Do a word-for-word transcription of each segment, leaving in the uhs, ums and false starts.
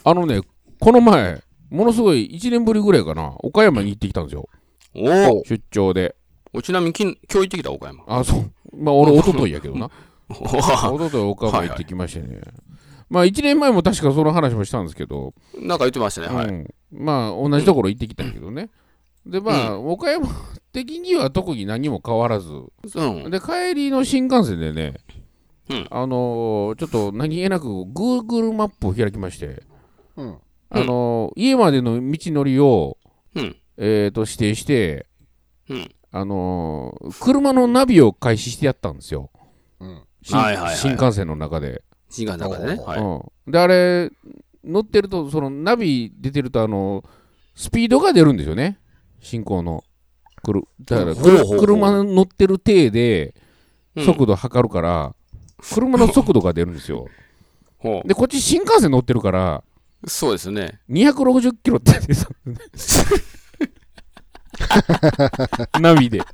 あのね、この前、ものすごいいちねんぶりぐらいかな、岡山に行ってきたんですよ。 お出張で。 おちなみにき今日行ってきた岡山。 あ、そう。まあ俺、おとといやけどな。おととい岡山行ってきましてね。はいはい、まあいちねんまえも確かその話もしたんですけど。 なんか言ってましたね。はい。うん、 まあ同じところ行ってきたけどね。で、まあ、うん、岡山的には特に何も変わらず。うん、で、帰りの新幹線でね、うん、あのー、ちょっと何気なく Google マップを開きまして、うん、あのー、家までの道のりを、うん、えーと、指定して、うん、あのー、車のナビを開始してやったんですよ。うん、新, はいはいはい、新幹線の中で。 新幹線の中でね。はい、 うん。で、あれ、乗ってると、そのナビ出てると、あの、スピードが出るんですよね。進行の。くるだから、車乗ってる体で、速度測るから、うん、車の速度が出るんですよ。で、こっち新幹線乗ってるから、 そうですね。 にひゃくろくじゅっキロって出てた。ナビで。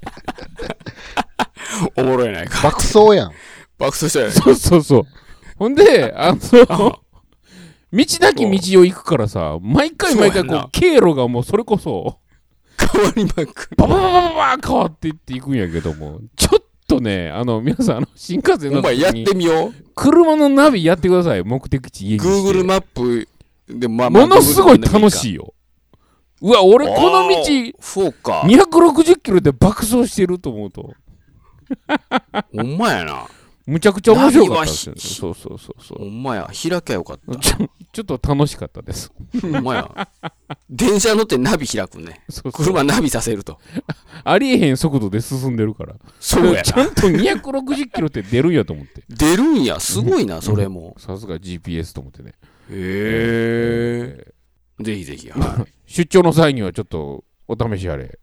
おもろいないか。 爆走やん。 爆走したよね。 そうそうそう。ほんで、あの、道なき道を行くからさ、毎回毎回こう、経路がもうそれこそ、 変わりまくる。 ババババババ変わっていっていくんやけども、ちょっとね、あの、皆さん、あの、新幹線の時に、 お前やってみよう。 車のナビやってください、目的地家にして。 Google マップで、まあ、 ものすごい楽しいよ。うわ、俺この道、 そうか。 にひゃくろくじゅっキロで爆走してると思うと。 ほんまやな。 むちゃくちゃ面白かったですよね。そうそうそうそう。 ほんまや。開きゃよかった。 ちょ、ちょっと楽しかったです。 ほんまや。電車乗ってナビ開くね。そうそう、車ナビさせると。 ありえへん速度で進んでるから。 そうやな。 ちゃんとにひゃくろくじゅっキロって出るんやと思って。 出るんや。すごいな、それも。 さすが ジーピーエス と思ってね。 へえ。ぜひぜひ。はい。 出張の際にはちょっとお試しあれ。